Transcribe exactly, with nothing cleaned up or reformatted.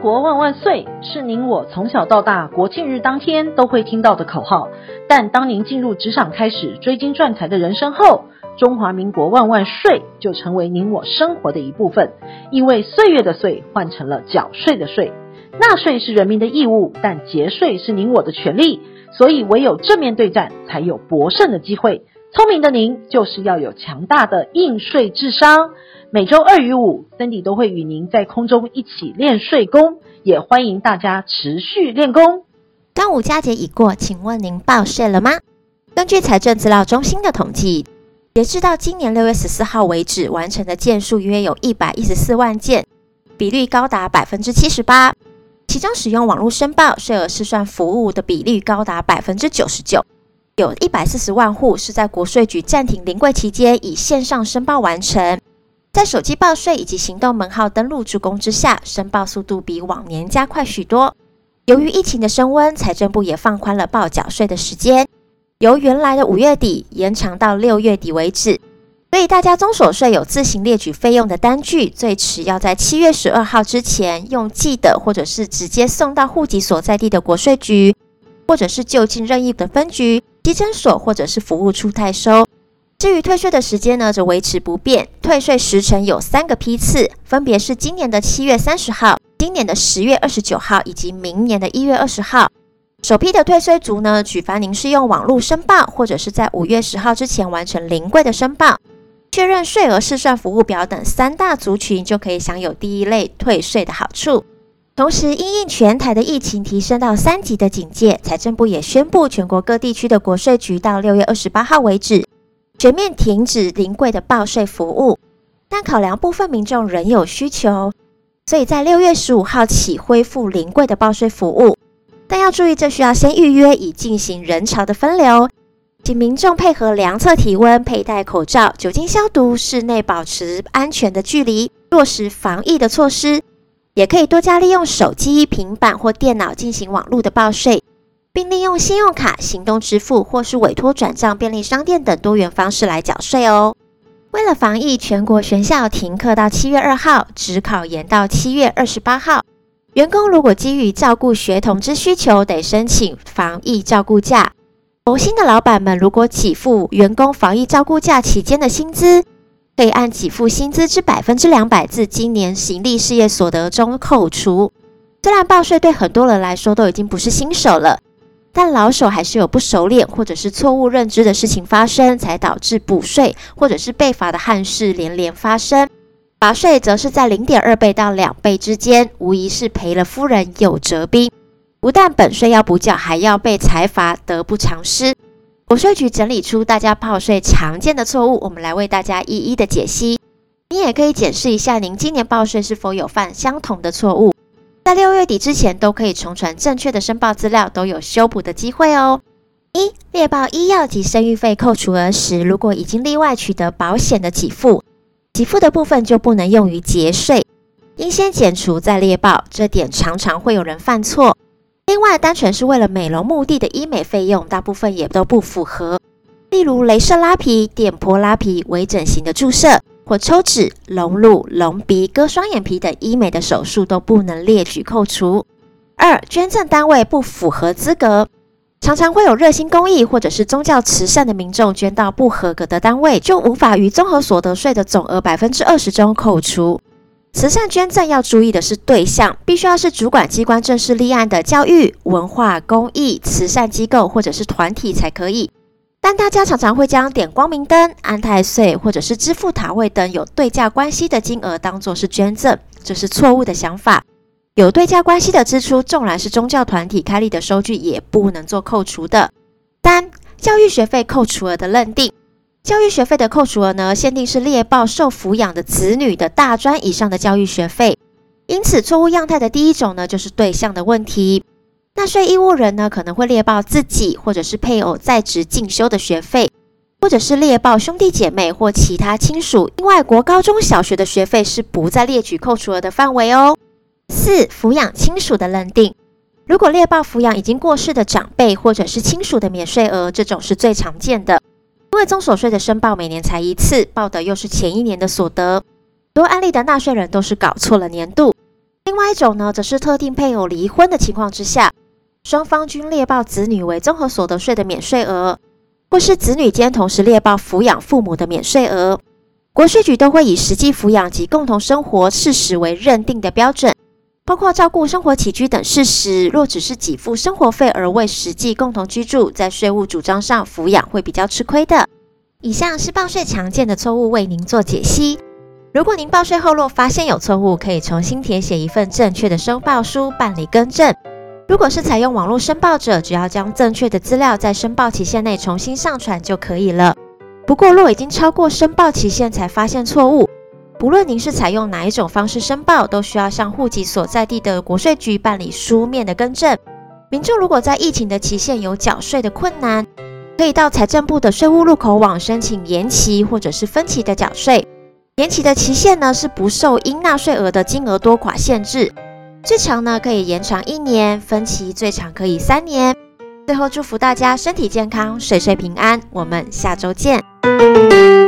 国万万岁是您我从小到大国庆日当天都会听到的口号，但当您进入职场开始追金赚财的人生后，中华民国万万税就成为您我生活的一部分，因为岁月的岁换成了缴税的税。纳税是人民的义务，但节税是您我的权利，所以唯有正面对战才有博胜的机会。聪明的您就是要有强大的应税智商。每周二与五 Cindy 都会与您在空中一起练税功，也欢迎大家持续练功。 端午佳节已过，请问您报税了吗？根据财政资料中心的统计，截至到今年六月十四号为止，完成的件数约有一百一十四万件，比率高达 百分之七十八， 其中使用网络申报税额试算服务的比率高达 百分之九十九， 有一百四十万户是在国税局暂停临柜期间以线上申报完成。在手机报税以及行动门号登录助攻之下，申报速度比往年加快许多。由于疫情的升温，财政部也放宽了报缴税的时间，由原来的五月底延长到六月底为止。所以大家综所税有自行列举费用的单据，最迟要在七月十二号之前用寄的或者是直接送到户籍所在地的国税局，或者是就近任意的分局、稽征所或者是服务处代收。至于退税的时间呢，则维持不变，退税时程有三个批次，分别是今年的七月三十号、今年的十月二十九号以及明年的一月二十号。首批的退税族呢，举凡您是用网络申报，或者是在五月十号之前完成临柜的申报，确认税额试算服务表等三大族群，就可以享有第一类退税的好处。同时，因应全台的疫情提升到三级的警戒，财政部也宣布全国各地区的国税局到六月二十八号为止，全面停止临柜的报税服务，但考量部分民众仍有需求，所以在六月十五号起恢复临柜的报税服务。但要注意，这需要先预约以进行人潮的分流，请民众配合量测体温、佩戴口罩、酒精消毒、室内保持安全的距离，落实防疫的措施。也可以多加利用手机、平板或电脑进行网络的报税，并利用信用卡、行动支付或是委托转账便利商店等多元方式来缴税哦。为了防疫，全国学校停课到七月二号，指考延到七月二十八号。员工如果基于照顾学童之需求，得申请防疫照顾假。佛心的老板们如果给付员工防疫照顾假期间的薪资，可以按给付薪资之百分之两百自今年盈利事业所得中扣除。虽然报税对很多人来说都已经不是新手了，但老手还是有不熟练或者是错误认知的事情发生，才导致补税或者是被罚的憾事连连发生。罚税则是在 零点二倍到两倍之间，无疑是赔了夫人又折兵，不但本税要补缴，还要被裁罚，得不偿失。国税局整理出大家报税常见的错误，我们来为大家一一的解析。你也可以检视一下您今年报税是否有犯相同的错误，在六月底之前都可以重传正确的申报资料，都有修补的机会哦。一、列报医药及生育费扣除额时，如果已经例外取得保险的给付，给付的部分就不能用于节税，应先减除再列报，这点常常会有人犯错。另外，单纯是为了美容目的的医美费用，大部分也都不符合，例如雷射拉皮、电波拉皮、微整形的注射或抽脂、隆乳、隆鼻、割双眼皮等医美的手术都不能列举扣除。二、捐赠单位不符合资格，常常会有热心公益或者是宗教慈善的民众捐到不合格的单位，就无法于综合所得税的总额 百分之二十 中扣除。慈善捐赠要注意的是对象，必须要是主管机关正式立案的教育、文化、公益、慈善机构或者是团体才可以。但大家常常会将点光明灯、安太岁或者是支付塔位等有对价关系的金额当作是捐赠，这是错误的想法。有对价关系的支出，纵然是宗教团体开立的收据，也不能做扣除的。三、教育学费扣除额的认定。教育学费的扣除额呢，限定是列报受抚养的子女的大专以上的教育学费。因此，错误样态的第一种呢，就是对象的问题。纳税义务人呢，可能会列报自己或者是配偶在职进修的学费，或者是列报兄弟姐妹或其他亲属。另外，国高中小学的学费是不在列举扣除额的范围哦。四、抚养亲属的认定。如果列报抚养已经过世的长辈或者是亲属的免税额，这种是最常见的。因为综所税的申报每年才一次，报的又是前一年的所得，很多案例的纳税人都是搞错了年度。另外外一种呢，则是特定配偶离婚的情况之下，双方均列报子女为综合所得税的免税额，或是子女间同时列报抚养父母的免税额。国税局都会以实际抚养及共同生活事实为认定的标准，包括照顾生活起居等事实，若只是给付生活费而未实际共同居住，在税务主张上抚养会比较吃亏的。以上是报税常见的错误为您做解析。如果您报税后若发现有错误，可以重新填写一份正确的申报书办理更正。如果是采用网络申报者，只要将正确的资料在申报期限内重新上传就可以了。不过若已经超过申报期限才发现错误，不论您是采用哪一种方式申报，都需要向户籍所在地的国税局办理书面的更正。民众如果在疫情的期限有缴税的困难，可以到财政部的税务入口网申请延期或者是分期的缴税。延期的期限呢是不受应纳税额的金额多寡限制，最长呢可以延长一年，分期最长可以三年。最后祝福大家身体健康，岁岁平安，我们下周见。